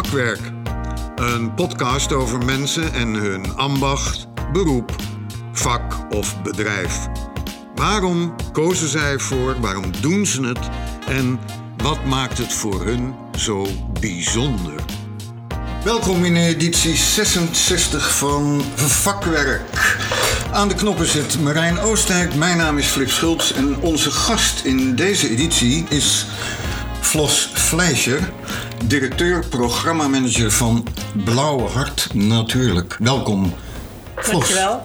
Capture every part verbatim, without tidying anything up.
Vakwerk, een podcast over mensen en hun ambacht, beroep, vak of bedrijf. Waarom kozen zij voor, waarom doen ze het en wat maakt het voor hun zo bijzonder? Welkom in editie zesenzestig van Vakwerk. Aan de knoppen zit Marijn Oostdijk, mijn naam is Flip Schultz en onze gast in deze editie is Flos Fleischer, directeur programmamanager van Blauwe Hart Natuurlijk. Welkom, Flos. Dankjewel.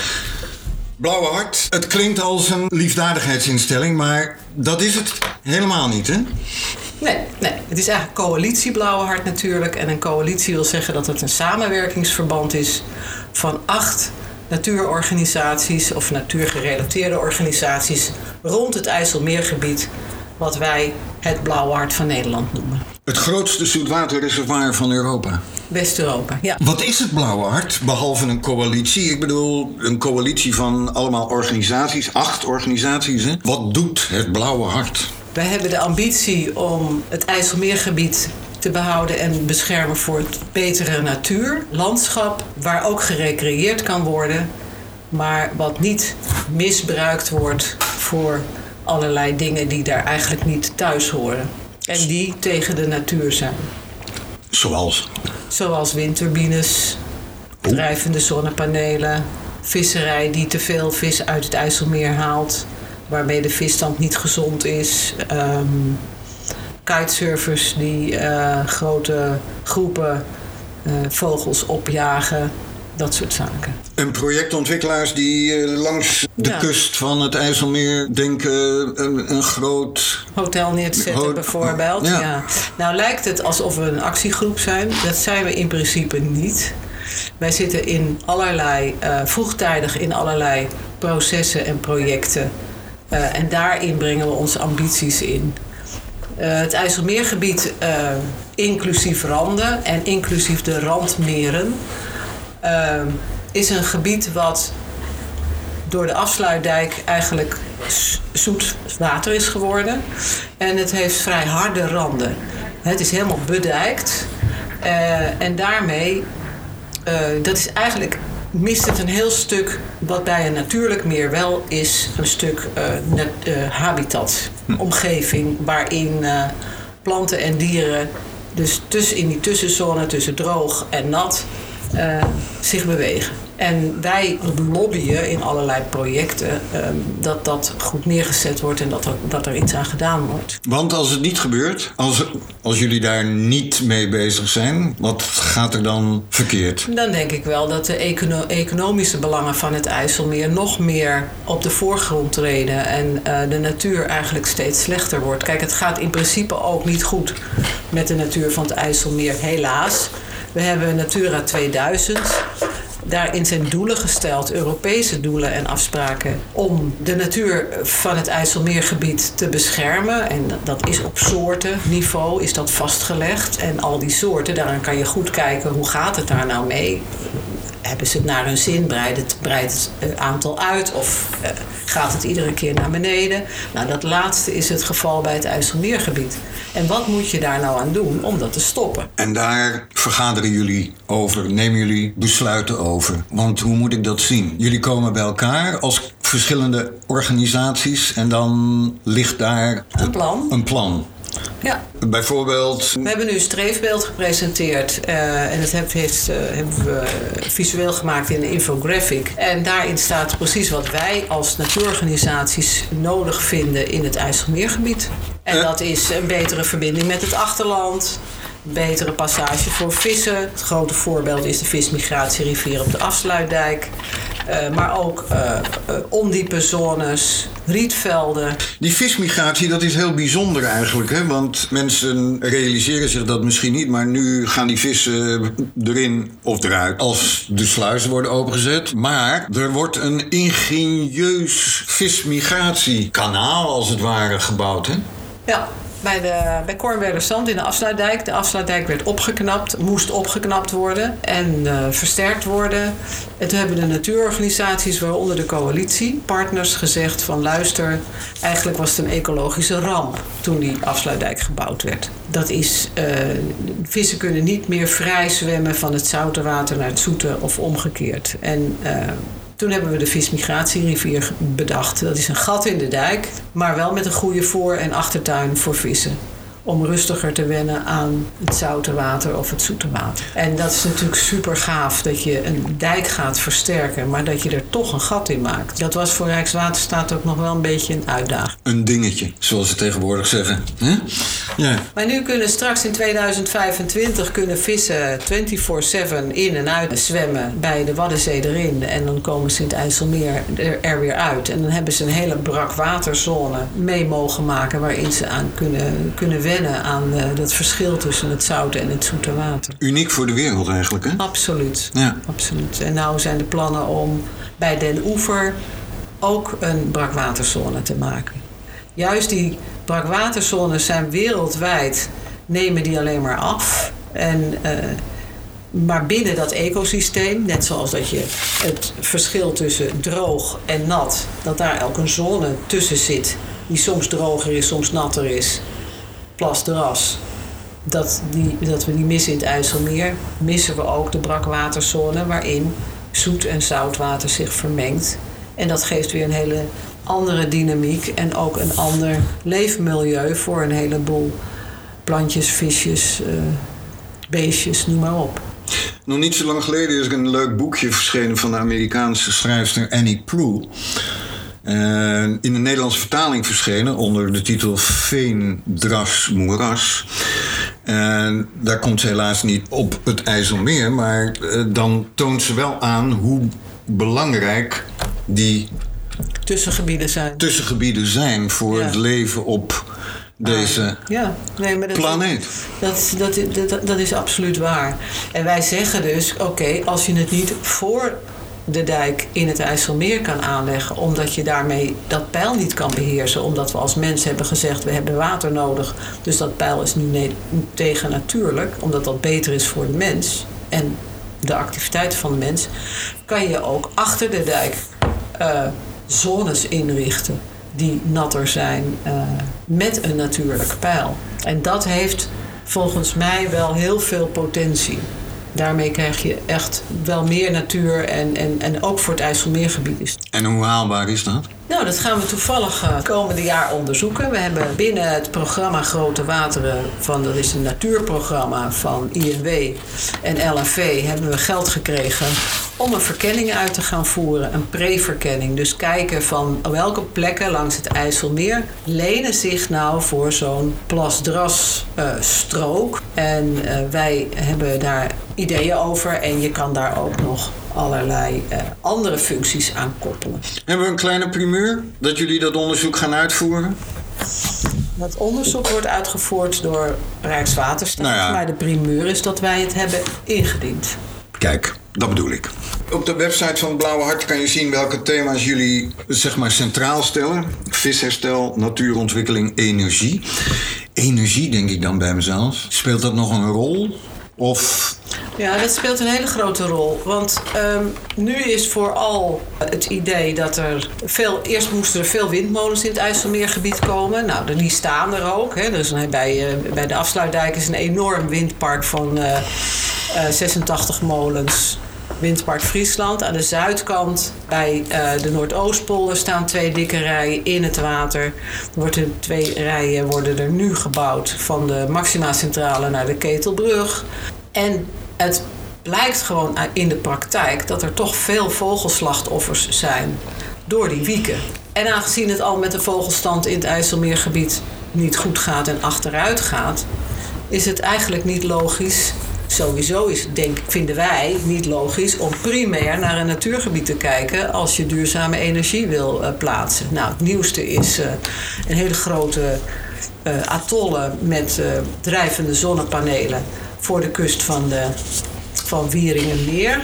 Blauwe Hart, het klinkt als een liefdadigheidsinstelling, maar dat is het helemaal niet, hè? Nee, nee, het is eigenlijk coalitie Blauwe Hart Natuurlijk. En een coalitie wil zeggen dat het een samenwerkingsverband is van acht natuurorganisaties of natuurgerelateerde organisaties rond het IJsselmeergebied, wat wij het Blauwe Hart van Nederland noemen. Het grootste zoetwaterreservoir van Europa. West-Europa, ja. Wat is het Blauwe Hart, behalve een coalitie? Ik bedoel, een coalitie van allemaal organisaties, acht organisaties. Hè? Wat doet het Blauwe Hart? Wij hebben de ambitie om het IJsselmeergebied te behouden en beschermen voor het betere natuurlandschap, waar ook gerecreëerd kan worden, maar wat niet misbruikt wordt voor allerlei dingen die daar eigenlijk niet thuis horen. En die tegen de natuur zijn. Zoals? Zoals windturbines, drijvende zonnepanelen, visserij die te veel vis uit het IJsselmeer haalt, waarmee de visstand niet gezond is. Um, kitesurfers die uh, grote groepen uh, vogels opjagen. Dat soort zaken. En projectontwikkelaars die uh, langs de ja. kust van het IJsselmeer denken een, een groot hotel neer te zetten, ho- bijvoorbeeld. Ja. Ja. Nou lijkt het alsof we een actiegroep zijn. Dat zijn we in principe niet. Wij zitten in allerlei, uh, vroegtijdig in allerlei processen en projecten. Uh, en daarin brengen we onze ambities in. Uh, het IJsselmeergebied, uh, inclusief randen en inclusief de randmeren, Uh, is een gebied wat door de afsluitdijk eigenlijk zoet water is geworden. En het heeft vrij harde randen. Het is helemaal bedijkt. Uh, en daarmee, uh, dat is eigenlijk, mist het een heel stuk wat bij een natuurlijk meer wel is. Een stuk uh, net, uh, habitat, omgeving waarin uh, planten en dieren, dus tussen, in die tussenzone tussen droog en nat, Uh, zich bewegen. En wij lobbyen in allerlei projecten uh, dat dat goed neergezet wordt en dat er, dat er iets aan gedaan wordt. Want als het niet gebeurt, als, als jullie daar niet mee bezig zijn, wat gaat er dan verkeerd? Dan denk ik wel dat de econo- economische belangen van het IJsselmeer nog meer op de voorgrond treden en uh, de natuur eigenlijk steeds slechter wordt. Kijk, het gaat in principe ook niet goed met de natuur van het IJsselmeer, helaas. We hebben Natura tweeduizend. Daarin zijn doelen gesteld, Europese doelen en afspraken, om de natuur van het IJsselmeergebied te beschermen. En dat is op soortenniveau, is dat vastgelegd. En al die soorten, daaraan kan je goed kijken, hoe gaat het daar nou mee? Hebben ze het naar hun zin? Breidt het, breidt het aantal uit? Of uh, gaat het iedere keer naar beneden? Nou, dat laatste is het geval bij het IJsselmeergebied. En wat moet je daar nou aan doen om dat te stoppen? En daar vergaderen jullie over, nemen jullie besluiten over. Want hoe moet ik dat zien? Jullie komen bij elkaar als verschillende organisaties en dan ligt daar een plan. Een plan. Ja. Bijvoorbeeld. We hebben nu een streefbeeld gepresenteerd. Uh, en dat heeft, heeft, uh, hebben we visueel gemaakt in een infographic. En daarin staat precies wat wij als natuurorganisaties nodig vinden in het IJsselmeergebied. En uh. dat is een betere verbinding met het achterland. Betere passage voor vissen. Het grote voorbeeld is de vismigratierivier op de afsluitdijk. Uh, maar ook uh, uh, ondiepe zones, rietvelden. Die vismigratie, dat is heel bijzonder eigenlijk. Hè? Want mensen realiseren zich dat misschien niet. Maar nu gaan die vissen erin of eruit als de sluizen worden opengezet. Maar er wordt een ingenieus vismigratiekanaal als het ware gebouwd. Hè? Ja. bij, de, bij Kornwerderzand in de afsluitdijk. De afsluitdijk werd opgeknapt, moest opgeknapt worden en uh, versterkt worden. En toen hebben de natuurorganisaties, waaronder de coalitie, partners gezegd van luister, eigenlijk was het een ecologische ramp toen die afsluitdijk gebouwd werd. Dat is, uh, vissen kunnen niet meer vrij zwemmen van het zoute water naar het zoete of omgekeerd. En uh, toen hebben we de vismigratierivier bedacht. Dat is een gat in de dijk, maar wel met een goede voor- en achtertuin voor vissen. Om rustiger te wennen aan het zoute water of het zoete water. En dat is natuurlijk super gaaf dat je een dijk gaat versterken, maar dat je er toch een gat in maakt. Dat was voor Rijkswaterstaat ook nog wel een beetje een uitdaging. Een dingetje, zoals ze tegenwoordig zeggen. Huh? Ja. Maar nu kunnen straks in tweeduizend vijfentwintig kunnen vissen vierentwintig zeven in en uit zwemmen bij de Waddenzee erin. En dan komen ze in het IJsselmeer er, er weer uit. En dan hebben ze een hele brakwaterzone mee mogen maken waarin ze aan kunnen, kunnen wennen aan uh, dat verschil tussen het zoute en het zoete water. Uniek voor de wereld eigenlijk, hè? Absoluut. Ja. Absoluut. En nou zijn de plannen om bij Den Oever ook een brakwaterzone te maken. Juist die brakwaterzones zijn wereldwijd, nemen die alleen maar af. En, uh, maar binnen dat ecosysteem, net zoals dat je het verschil tussen droog en nat, dat daar ook een zone tussen zit, die soms droger is, soms natter is. Plasdras, dat, die, dat we die missen in het IJsselmeer, missen we ook de brakwaterzone waarin zoet en zoutwater zich vermengt. En dat geeft weer een hele andere dynamiek en ook een ander leefmilieu voor een heleboel plantjes, visjes, uh, beestjes, noem maar op. Nog niet zo lang geleden is er een leuk boekje verschenen van de Amerikaanse schrijfster Annie Proulx. Uh, in de Nederlandse vertaling verschenen onder de titel Veendras Moeras. Uh, daar komt ze helaas niet op het IJsselmeer, maar uh, dan toont ze wel aan hoe belangrijk die tussengebieden zijn, tussengebieden zijn voor ja. het leven op deze ah, ja. nee, maar dat, planeet. Dat, dat, dat, dat is absoluut waar. En wij zeggen dus, oké, okay, als je het niet voor de dijk in het IJsselmeer kan aanleggen, omdat je daarmee dat peil niet kan beheersen, omdat we als mens hebben gezegd we hebben water nodig, dus dat peil is nu ne- tegen natuurlijk, omdat dat beter is voor de mens en de activiteiten van de mens, kan je ook achter de dijk uh, zones inrichten die natter zijn uh, met een natuurlijk peil. En dat heeft volgens mij wel heel veel potentie. Daarmee krijg je echt wel meer natuur en, en, en ook voor het IJsselmeergebied is. En hoe haalbaar is dat? Nou, dat gaan we toevallig het komende jaar onderzoeken. We hebben binnen het programma Grote Wateren, van, dat is een natuurprogramma van I N W en L N V, hebben we geld gekregen om een verkenning uit te gaan voeren, een pre-verkenning. Dus kijken van welke plekken langs het IJsselmeer lenen zich nou voor zo'n plasdrasstrook. Uh, en uh, wij hebben daar ideeën over en je kan daar ook nog allerlei uh, andere functies aan koppelen. Hebben we een kleine primeur dat jullie dat onderzoek gaan uitvoeren? Dat onderzoek wordt uitgevoerd door Rijkswaterstaat, nou ja. maar de primeur is dat wij het hebben ingediend. Kijk, dat bedoel ik. Op de website van het Blauwe Hart kan je zien welke thema's jullie zeg maar centraal stellen. Visherstel, natuurontwikkeling, energie. Energie, denk ik dan bij mezelf. Speelt dat nog een rol? Of... Ja, dat speelt een hele grote rol. Want um, nu is vooral het idee dat er veel... Eerst moesten er veel windmolens in het IJsselmeergebied komen. Nou, die staan er ook. Hè. Er is een, bij, uh, bij de afsluitdijk is een enorm windpark van uh, uh, zesentachtig molens. Windpark Friesland. Aan de zuidkant bij uh, de Noordoostpolder staan twee dikke rijen in het water. Er worden twee rijen worden er nu gebouwd van de Maxima Centrale naar de Ketelbrug. En het blijkt gewoon in de praktijk dat er toch veel vogelslachtoffers zijn door die wieken. En aangezien het al met de vogelstand in het IJsselmeergebied niet goed gaat en achteruit gaat, is het eigenlijk niet logisch. Sowieso is, denk, vinden wij niet logisch om primair naar een natuurgebied te kijken als je duurzame energie wil uh, plaatsen. Nou, het nieuwste is uh, een hele grote uh, atollen met uh, drijvende zonnepanelen voor de kust van, de, van Wieringenmeer.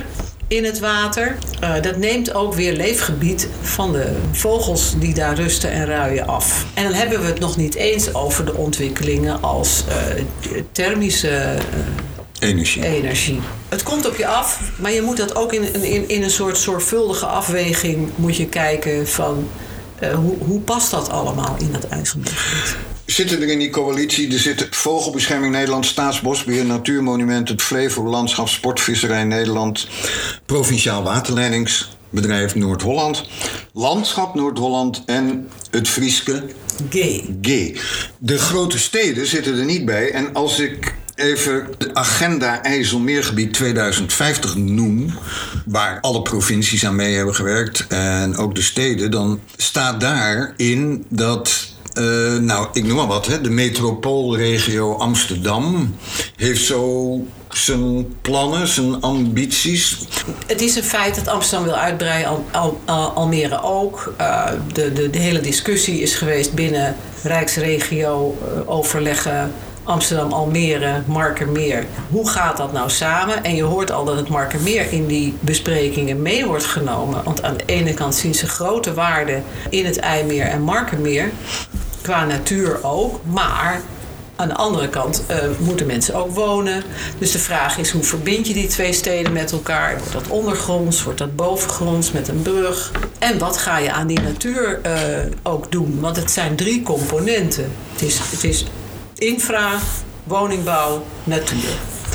in het water. Uh, dat neemt ook weer leefgebied van de vogels die daar rusten en ruien af. En dan hebben we het nog niet eens over de ontwikkelingen als uh, thermische uh, energie. energie. Het komt op je af, maar je moet dat ook in, in, in een soort zorgvuldige afweging moet je kijken van uh, hoe, hoe past dat allemaal in het IJsselmeergebied. Zitten er in die coalitie, er zitten Vogelbescherming Nederland, Staatsbosbeheer, Natuurmonument, het Flevolandschap, Sportvisserij Nederland, Provinciaal Waterleidingsbedrijf Noord-Holland, Landschap Noord-Holland en het Frieske G. G. De grote steden zitten er niet bij. En als ik even de agenda IJsselmeergebied tweeduizend vijftig noem, waar alle provincies aan mee hebben gewerkt en ook de steden, dan staat daarin dat Uh, nou, ik noem maar wat, hè. De metropoolregio Amsterdam heeft zo zijn plannen, zijn ambities. Het is een feit dat Amsterdam wil uitbreiden, Al, Al, Al, Almere ook. Uh, de, de, de hele discussie is geweest binnen Rijksregio uh, overleggen Amsterdam, Almere, Markermeer. Hoe gaat dat nou samen? En je hoort al dat het Markermeer in die besprekingen mee wordt genomen. Want aan de ene kant zien ze grote waarden in het IJmeer en Markermeer. Qua natuur ook, maar aan de andere kant uh, moeten mensen ook wonen. Dus de vraag is, hoe verbind je die twee steden met elkaar? Wordt dat ondergronds? Wordt dat bovengronds met een brug? En wat ga je aan die natuur uh, ook doen? Want het zijn drie componenten. Het is, het is infra, woningbouw, natuur.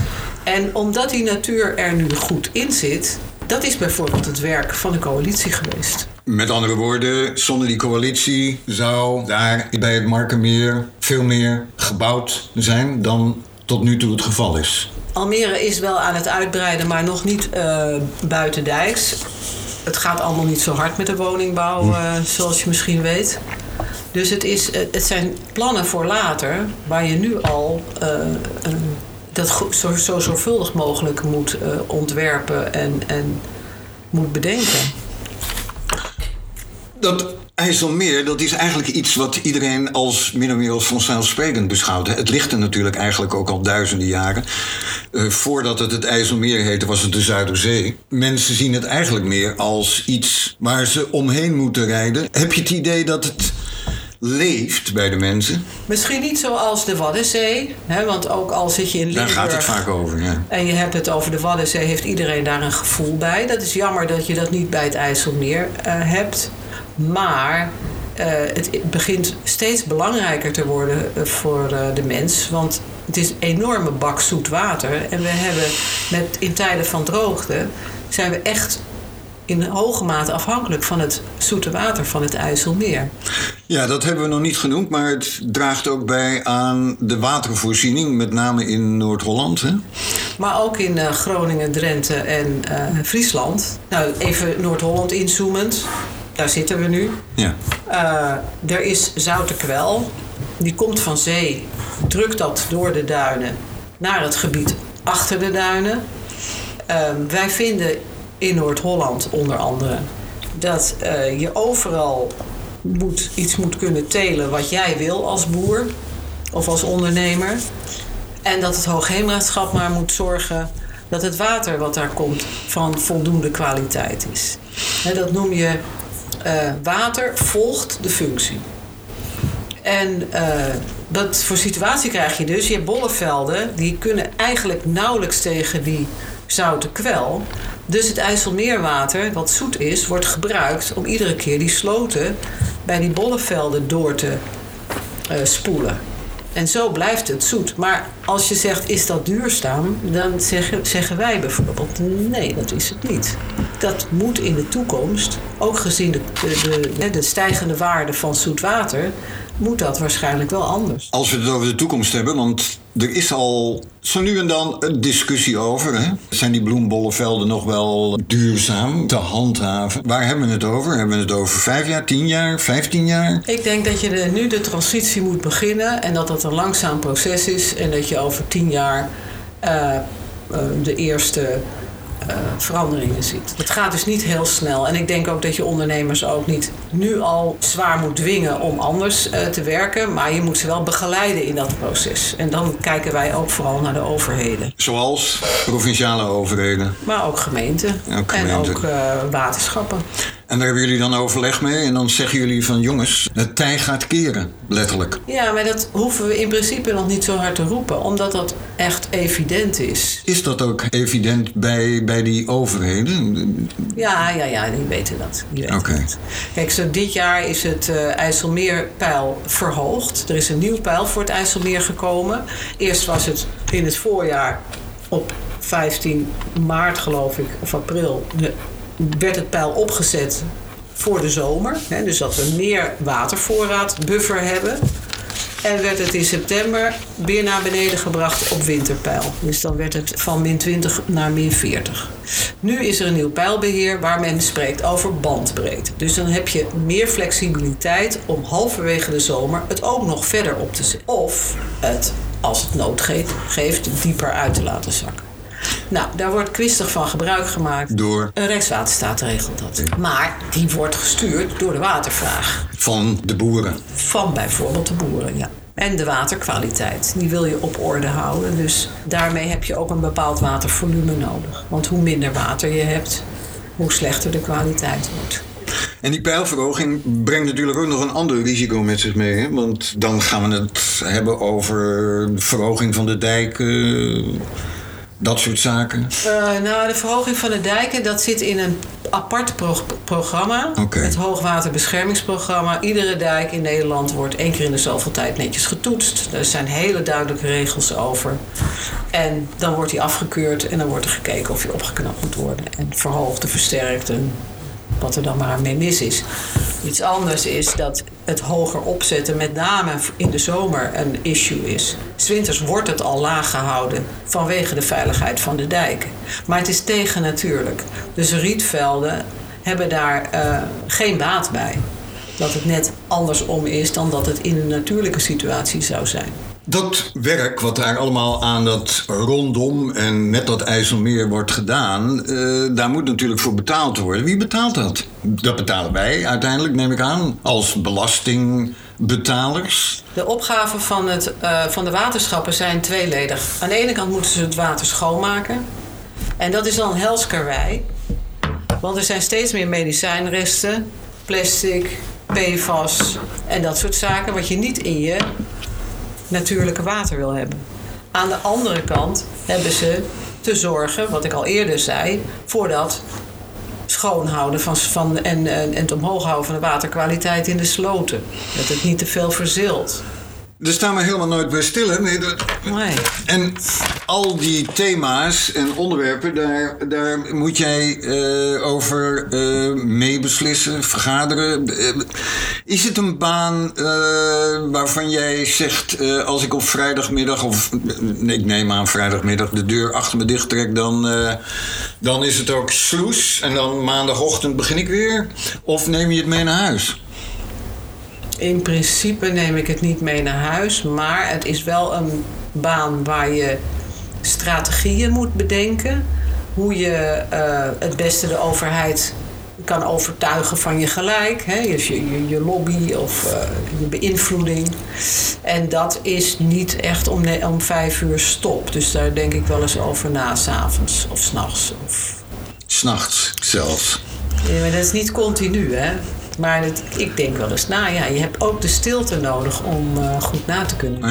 En omdat die natuur er nu goed in zit, dat is bijvoorbeeld het werk van de coalitie geweest. Met andere woorden, zonder die coalitie zou daar bij het Markermeer veel meer gebouwd zijn dan tot nu toe het geval is. Almere is wel aan het uitbreiden, maar nog niet uh, buitendijks. Het gaat allemaal niet zo hard met de woningbouw, uh, zoals je misschien weet. Dus het, is, het zijn plannen voor later, waar je nu al uh, uh, dat zo, zo zorgvuldig mogelijk moet uh, ontwerpen en, en moet bedenken. Dat IJsselmeer, dat is eigenlijk iets wat iedereen als min of meer als vanzelfsprekend beschouwt. Het ligt er natuurlijk eigenlijk ook al duizenden jaren. Uh, voordat het het IJsselmeer heette, was het de Zuiderzee. Mensen zien het eigenlijk meer als iets waar ze omheen moeten rijden. Heb je het idee dat het leeft bij de mensen? Misschien niet zoals de Waddenzee, hè, want ook al zit je in Limburg... Daar gaat het vaak over, ja. En je hebt het over de Waddenzee, heeft iedereen daar een gevoel bij. Dat is jammer dat je dat niet bij het IJsselmeer uh, hebt. Maar uh, het begint steeds belangrijker te worden uh, voor uh, de mens. Want het is een enorme bak zoet water. En we hebben met, in tijden van droogte zijn we echt in hoge mate afhankelijk van het zoete water van het IJsselmeer. Ja, dat hebben we nog niet genoemd, maar het draagt ook bij aan de watervoorziening, met name in Noord-Holland, hè? Maar ook in uh, Groningen, Drenthe en uh, Friesland. Nou, even Noord-Holland inzoomend. Daar zitten we nu. Ja. Uh, er is zoute kwel. Die komt van zee, drukt dat door de duinen naar het gebied achter de duinen. Uh, wij vinden in Noord-Holland onder andere dat uh, je overal moet, iets moet kunnen telen wat jij wil als boer of als ondernemer. En dat het Hoogheemraadschap maar moet zorgen dat het water wat daar komt van voldoende kwaliteit is. He, dat noem je uh, water volgt de functie. En uh, dat voor situatie krijg je dus, je hebt bollenvelden die kunnen eigenlijk nauwelijks tegen die zoute kwel. Dus het IJsselmeerwater, wat zoet is, wordt gebruikt om iedere keer die sloten bij die bollenvelden door te uh, spoelen. En zo blijft het zoet. Maar als je zegt, is dat duurzaam? Dan zeggen, zeggen wij bijvoorbeeld, nee, dat is het niet. Dat moet in de toekomst, ook gezien de, de, de, de stijgende waarde van zoet water, moet dat waarschijnlijk wel anders. Als we het over de toekomst hebben, want er is al zo nu en dan een discussie over. Hè? Zijn die bloembollenvelden nog wel duurzaam te handhaven? Waar hebben we het over? Hebben we het over vijf jaar, tien jaar, vijftien jaar? Ik denk dat je de, nu de transitie moet beginnen en dat dat een langzaam proces is. En dat je over tien jaar uh, uh, de eerste uh, uh, veranderingen ziet. Het gaat dus niet heel snel. En ik denk ook dat je ondernemers ook niet nu al zwaar moet dwingen om anders uh, te werken. Maar je moet ze wel begeleiden in dat proces. En dan kijken wij ook vooral naar de overheden. Zoals provinciale overheden. Maar ook gemeenten. Ook gemeenten. En ook uh, waterschappen. En daar hebben jullie dan overleg mee? En dan zeggen jullie van jongens, het tij gaat keren, letterlijk. Ja, maar dat hoeven we in principe nog niet zo hard te roepen. Omdat dat echt evident is. Is dat ook evident bij, bij die overheden? Ja, ja, ja, die weten dat. Oké. Okay. Kijk, zo dit jaar is het uh, IJsselmeerpeil verhoogd. Er is een nieuw peil voor het IJsselmeer gekomen. Eerst was het in het voorjaar op vijftien maart, geloof ik, of april, de, werd het peil opgezet voor de zomer. Hè, dus dat we meer watervoorraad, buffer hebben. En werd het in september weer naar beneden gebracht op winterpeil. Dus dan werd het van min twintig naar min veertig. Nu is er een nieuw peilbeheer waar men spreekt over bandbreedte. Dus dan heb je meer flexibiliteit om halverwege de zomer het ook nog verder op te zetten. Of het, als het nood geeft, dieper uit te laten zakken. Nou, daar wordt kwistig van gebruik gemaakt. Door? Een Rijkswaterstaat regelt dat. Maar die wordt gestuurd door de watervraag. Van de boeren? Van bijvoorbeeld de boeren, ja. En de waterkwaliteit. Die wil je op orde houden. Dus daarmee heb je ook een bepaald watervolume nodig. Want hoe minder water je hebt, hoe slechter de kwaliteit wordt. En die peilverhoging brengt natuurlijk ook nog een ander risico met zich mee. Hè? Want dan gaan we het hebben over de verhoging van de dijken. Dat soort zaken? Uh, nou, de verhoging van de dijken, dat zit in een apart pro- programma. Okay. Het hoogwaterbeschermingsprogramma. Iedere dijk in Nederland wordt één keer in de zoveel tijd netjes getoetst. Er zijn hele duidelijke regels over. En dan wordt die afgekeurd en dan wordt er gekeken of die opgeknapt moet worden. En verhoogd, versterkt en wat er dan maar mee mis is. Iets anders is dat het hoger opzetten, met name in de zomer, een issue is. 's Winters wordt het al laag gehouden vanwege de veiligheid van de dijken. Maar het is tegennatuurlijk. Dus rietvelden hebben daar uh, geen baat bij. Dat het net andersom is dan dat het in een natuurlijke situatie zou zijn. Dat werk wat daar allemaal aan dat rondom en met dat IJsselmeer wordt gedaan, uh, daar moet natuurlijk voor betaald worden. Wie betaalt dat? Dat betalen wij uiteindelijk, neem ik aan, als belastingbetalers. De opgaven van, het, uh, van de waterschappen zijn tweeledig. Aan de ene kant moeten ze het water schoonmaken. En dat is dan hels karwei. Want er zijn steeds meer medicijnresten, plastic, P F A S en dat soort zaken, wat je niet in je natuurlijke water wil hebben. Aan de andere kant hebben ze te zorgen, wat ik al eerder zei, voor dat schoonhouden van, van, en, en, en het omhoog houden van de waterkwaliteit in de sloten. Dat het niet te veel verzilt. Daar staan we helemaal nooit bij stil, hè? Nee, dat... nee. En al die thema's en onderwerpen, daar, daar moet jij uh, over uh, meebeslissen, vergaderen. Uh, is het een baan uh, waarvan jij zegt, uh, als ik op vrijdagmiddag, of uh, ik neem aan vrijdagmiddag, de deur achter me dicht trek, dan, uh, dan is het ook sloes en dan maandagochtend begin ik weer? Of neem je het mee naar huis? In principe neem ik het niet mee naar huis, maar het is wel een baan waar je strategieën moet bedenken. Hoe je uh, het beste de overheid kan overtuigen van je gelijk. Hè? Dus je, je, je lobby of uh, je beïnvloeding. En dat is niet echt om, ne- om vijf uur stop. Dus daar denk ik wel eens over na, 's avonds of 's nachts. Of... 's nachts zelfs. Ja, maar dat is niet continu, hè. Maar het, ik denk wel eens, nou ja, je hebt ook de stilte nodig om uh, goed na te kunnen.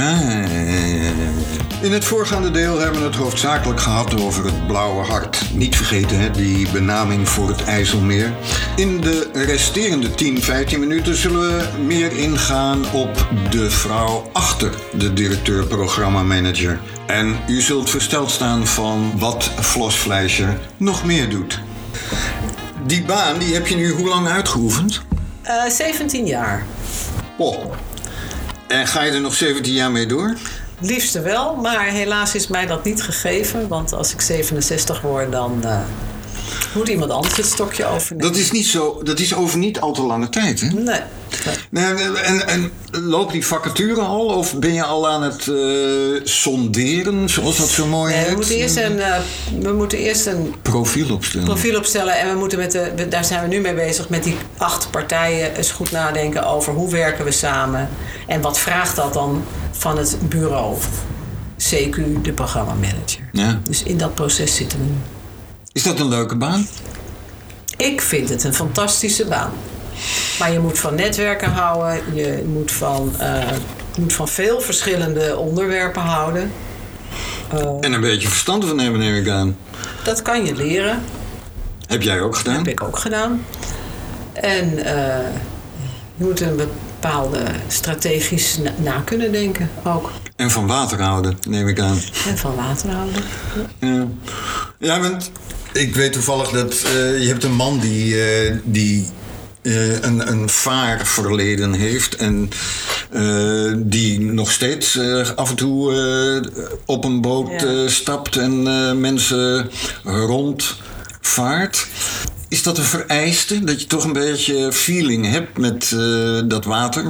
In het voorgaande deel hebben we het hoofdzakelijk gehad over het Blauwe Hart. Niet vergeten, hè, die benaming voor het IJsselmeer. In de resterende tien, vijftien minuten zullen we meer ingaan op de vrouw achter de directeur-programmamanager. En u zult versteld staan van wat Flos Fleischer nog meer doet. Die baan, die heb je nu hoe lang uitgeoefend? Uh, zeventien jaar. Oh. En ga je er nog zeventien jaar mee door? Liefste wel, maar helaas is mij dat niet gegeven. Want als ik zevenenzestig word, dan uh, Moet iemand anders het stokje overnemen? Dat is niet zo, dat is over niet al te lange tijd, hè? Nee. nee en, en loopt die vacature al? Of ben je al aan het uh, sonderen, zoals dat zo mooi nee, heet? We moeten eerst een, uh, we moeten eerst een profiel opstellen. Profiel opstellen. En we moeten met de, daar zijn we nu mee bezig met die acht partijen eens goed nadenken over hoe werken we samen. En wat vraagt dat dan van het bureau? C Q, de programmamanager. Ja. Dus in dat proces zitten we nu. Is dat een leuke baan? Ik vind het een fantastische baan. Maar je moet van netwerken houden. Je moet van, uh, je moet van veel verschillende onderwerpen houden. Uh, en een beetje verstand van nemen, neem ik aan. Dat kan je leren. Heb jij ook gedaan? Dat heb ik ook gedaan. En uh, je moet een bepaalde strategisch na, na kunnen denken ook. En van water houden, neem ik aan. En van water houden. Ja, ja want ik weet toevallig dat uh, je hebt een man die, uh, die uh, een, een vaarverleden heeft. En uh, die nog steeds uh, af en toe uh, op een boot uh, stapt en uh, mensen rondvaart. Is dat een vereiste? Dat je toch een beetje feeling hebt met uh, dat water?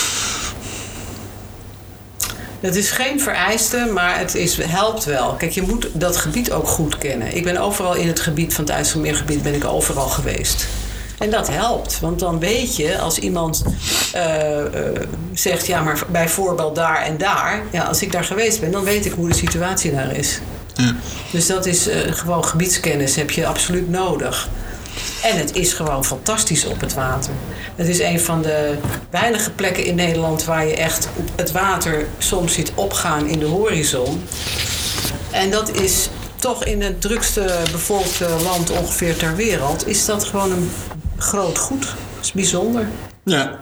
Het is geen vereiste, maar het is, helpt wel. Kijk, je moet dat gebied ook goed kennen. Ik ben overal in het gebied van het IJsselmeergebied ben ik overal geweest. En dat helpt, want dan weet je als iemand uh, uh, zegt... ja, maar bijvoorbeeld daar en daar... ja, als ik daar geweest ben, dan weet ik hoe de situatie daar is. Ja. Dus dat is uh, gewoon gebiedskennis heb je absoluut nodig. En het is gewoon fantastisch op het water. Het is een van de weinige plekken in Nederland waar je echt het water soms ziet opgaan in de horizon. En dat is toch in het drukste bevolkte land ongeveer ter wereld, is dat gewoon een groot goed. Dat is bijzonder. Ja.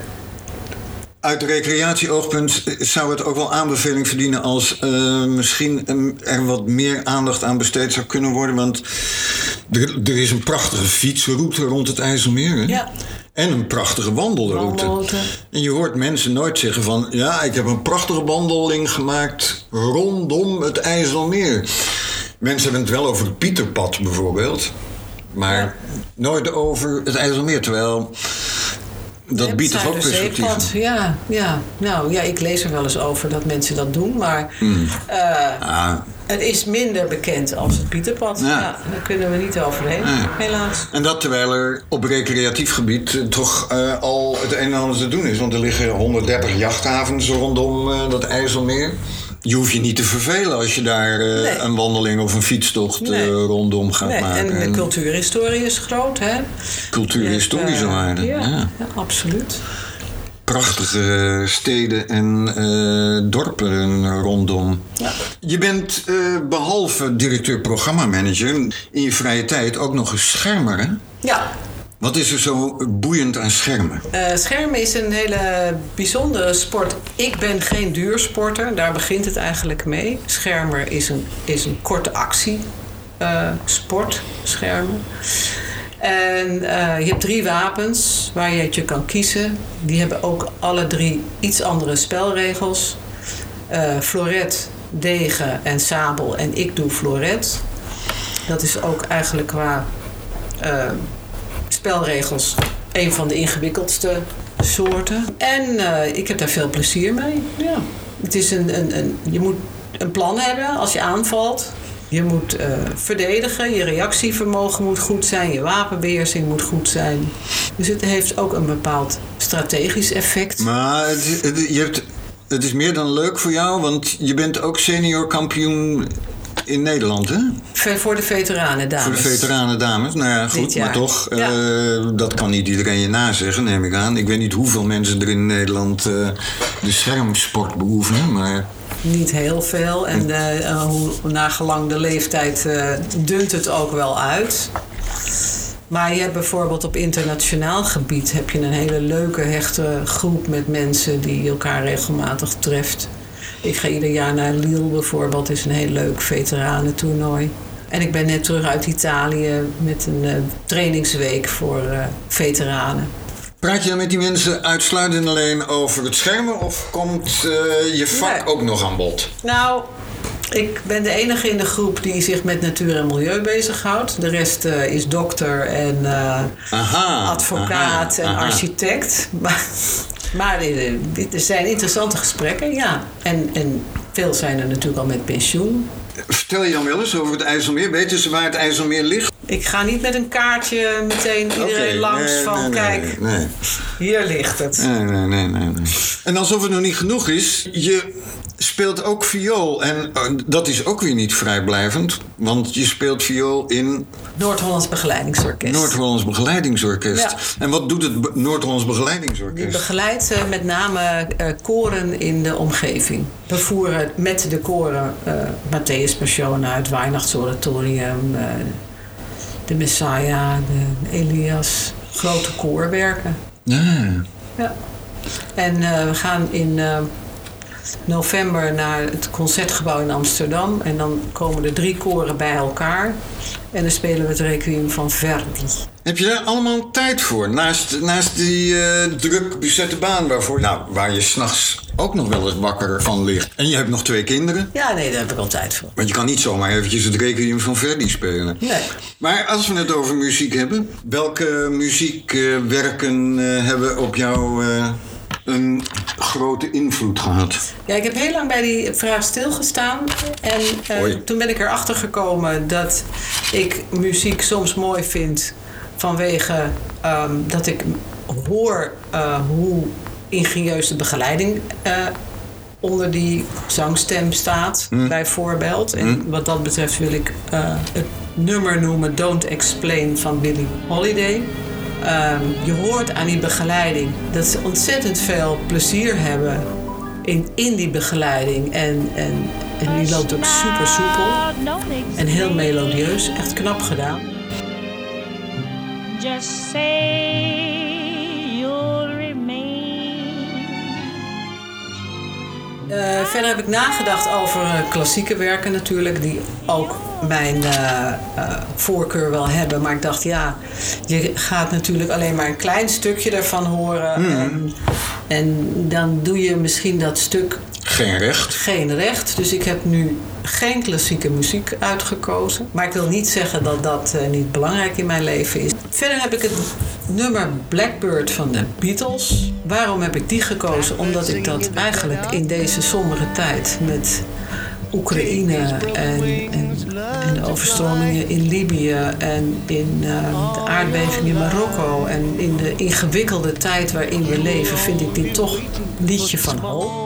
Uit recreatieoogpunt zou het ook wel aanbeveling verdienen als uh, misschien er wat meer aandacht aan besteed zou kunnen worden. Want er, er is een prachtige fietsroute rond het IJsselmeer. Hè? Ja. En een prachtige wandelroute. Wandelroute. En je hoort mensen nooit zeggen van... ja, ik heb een prachtige wandeling gemaakt rondom het IJsselmeer. Mensen hebben het wel over het Pieterpad bijvoorbeeld. Maar ja. nooit over het IJsselmeer. Terwijl... dat biedt toch ook perspectief. Ja, ja. Nou ja, ik lees er wel eens over dat mensen dat doen, maar mm. uh, ah. het is minder bekend als het Pieterpad. Ja. Ja, daar kunnen we niet overheen, ja. helaas. En dat terwijl er op recreatief gebied uh, toch uh, al het een en ander te doen is. Want er liggen honderddertig jachthavens rondom uh, dat IJsselmeer. Je hoeft je niet te vervelen als je daar uh, nee. een wandeling of een fietstocht nee. uh, rondom gaat nee. maken. En de cultuurhistorie is groot, hè? Cultuurhistorische uh, waarde, ja, ja. ja, absoluut. Prachtige steden en uh, dorpen rondom. Ja. Je bent uh, behalve directeur programmamanager in je vrije tijd ook nog eens schermer, hè? Ja. Wat is er zo boeiend aan schermen? Uh, schermen is een hele bijzondere sport. Ik ben geen duursporter, daar begint het eigenlijk mee. Schermer is een, is een korte actie uh, sport, schermen. En uh, je hebt drie wapens waar je het je kan kiezen. Die hebben ook alle drie iets andere spelregels. Uh, floret, degen en sabel. En ik doe floret. Dat is ook eigenlijk qua... Uh, spelregels een van de ingewikkeldste soorten. En uh, ik heb daar veel plezier mee. Ja. Het is een, een, een, je moet een plan hebben als je aanvalt. Je moet uh, verdedigen. Je reactievermogen moet goed zijn. Je wapenbeheersing moet goed zijn. Dus het heeft ook een bepaald strategisch effect. Maar het, het, je hebt, het is meer dan leuk voor jou, want je bent ook senior kampioen in Nederland, hè? Voor de veteranen dames. Voor de veteranen dames. Nou ja, goed, maar toch, ja. uh, dat kan niet iedereen je nazeggen, neem ik aan. Ik weet niet hoeveel mensen er in Nederland uh, de schermsport beoefenen, maar... Niet heel veel. En uh, hoe, nagelang de leeftijd uh, dunt het ook wel uit. Maar je hebt bijvoorbeeld op internationaal gebied... heb je een hele leuke, hechte groep met mensen... die elkaar regelmatig treft. Ik ga ieder jaar naar Lille bijvoorbeeld. Het is een heel leuk veteranentoernooi. En ik ben net terug uit Italië met een uh, trainingsweek voor uh, veteranen. Praat je dan met die mensen uitsluitend alleen over het schermen... of komt uh, je vak nee. ook nog aan bod? Nou, Ik ben de enige in de groep die zich met natuur en milieu bezighoudt. De rest uh, is dokter en uh, aha, advocaat aha, en aha. architect. Maar, maar er zijn interessante gesprekken, ja. En, en veel zijn er natuurlijk al met pensioen. Vertel je dan wel eens over het IJsselmeer? Weten ze waar het IJsselmeer ligt? Ik ga niet met een kaartje meteen iedereen okay, langs nee, van... Nee, kijk, nee, nee. Hier ligt het. Nee, nee, nee, nee, nee. En alsof het nog niet genoeg is... je speelt ook viool. En uh, dat is ook weer niet vrijblijvend. Want je speelt viool in... Noord-Hollands Begeleidingsorkest. Noord-Hollands Begeleidingsorkest. Ja. En wat doet het Be- Noord-Hollands Begeleidingsorkest? Die begeleidt uh, met name uh, koren in de omgeving. We voeren met de koren uh, Matthäus Passion uit, Weihnachtsoratorium... Uh, de Messiah, de Elias, grote koorwerken. Ja. Ja. En uh, we gaan in uh, november naar het Concertgebouw in Amsterdam. En dan komen er drie koren bij elkaar. En dan spelen we het Requiem van Verdi. Heb je daar allemaal tijd voor? Naast, naast die uh, druk bezette baan waarvoor, nou, waar je 's nachts ook nog wel eens wakker van ligt. En je hebt nog twee kinderen. Ja, nee, daar heb ik al tijd voor. Want je kan niet zomaar eventjes het Requiem van Verdi spelen. Nee. Maar als we het over muziek hebben, welke muziekwerken uh, uh, hebben op jou uh, een grote invloed gehad? Ja, ik heb heel lang bij die vraag stilgestaan. En uh, toen ben ik erachter gekomen dat ik muziek soms mooi vind vanwege um, dat ik hoor uh, hoe ingenieus de begeleiding uh, onder die zangstem staat, mm. bijvoorbeeld. En mm. wat dat betreft wil ik uh, het nummer noemen Don't Explain van Billie Holiday. Um, je hoort aan die begeleiding dat ze ontzettend veel plezier hebben in, in die begeleiding. En, en, en die loopt ook super soepel en heel melodieus. Echt knap gedaan. Just say you'll remain. Uh, verder heb ik nagedacht over uh, klassieke werken natuurlijk, die ook mijn uh, uh, voorkeur wel hebben. Maar ik dacht, ja, je gaat natuurlijk alleen maar een klein stukje daarvan horen. Mm. En, en dan doe je misschien dat stuk... Geen recht. Geen recht. Dus ik heb nu geen klassieke muziek uitgekozen. Maar ik wil niet zeggen dat dat uh, niet belangrijk in mijn leven is. Verder heb ik het nummer Blackbird van de Beatles. Waarom heb ik die gekozen? Omdat ik dat eigenlijk in deze sombere tijd met Oekraïne en, en, en de overstromingen in Libië en in uh, de aardbeving in Marokko en in de ingewikkelde tijd waarin we leven, vind ik dit toch een liedje van hoop.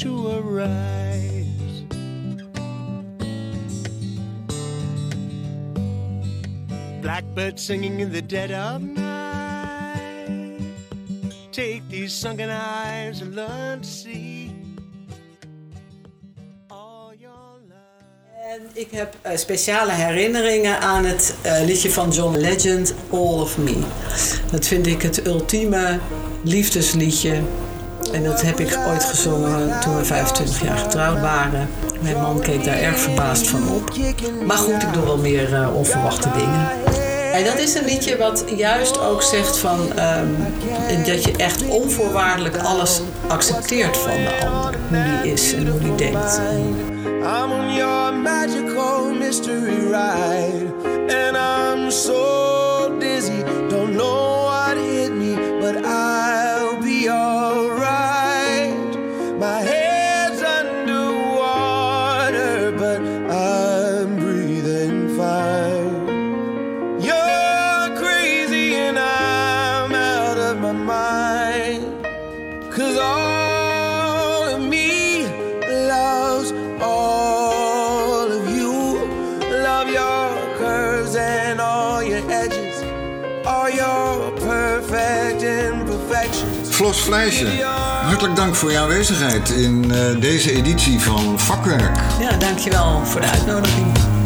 Blackbird singing in the dead of night. Take these sunken eyes and learn to see. En ik heb uh, speciale herinneringen aan het uh, liedje van John Legend, All of Me. Dat vind ik het ultieme liefdesliedje. En dat heb ik ooit gezongen toen we vijfentwintig jaar getrouwd waren. Mijn man keek daar erg verbaasd van op. Maar goed, ik doe wel meer uh, onverwachte dingen. En dat is een liedje wat juist ook zegt van, um, dat je echt onvoorwaardelijk alles accepteert van de ander. Hoe die is en hoe die denkt. I'm on your magical mystery ride. And I'm so dizzy, don't know what hit me, but I'll be alright. My head's underwater, but I'm breathing fine. You're crazy and I'm out of my mind. 'Cause all of me loves all of you. Love your curves and all your edges, all your perfect imperfections. Flos Fleischer, hartelijk dank voor je aanwezigheid in uh, deze editie van Vakwerk. Ja, dankjewel voor de uitnodiging.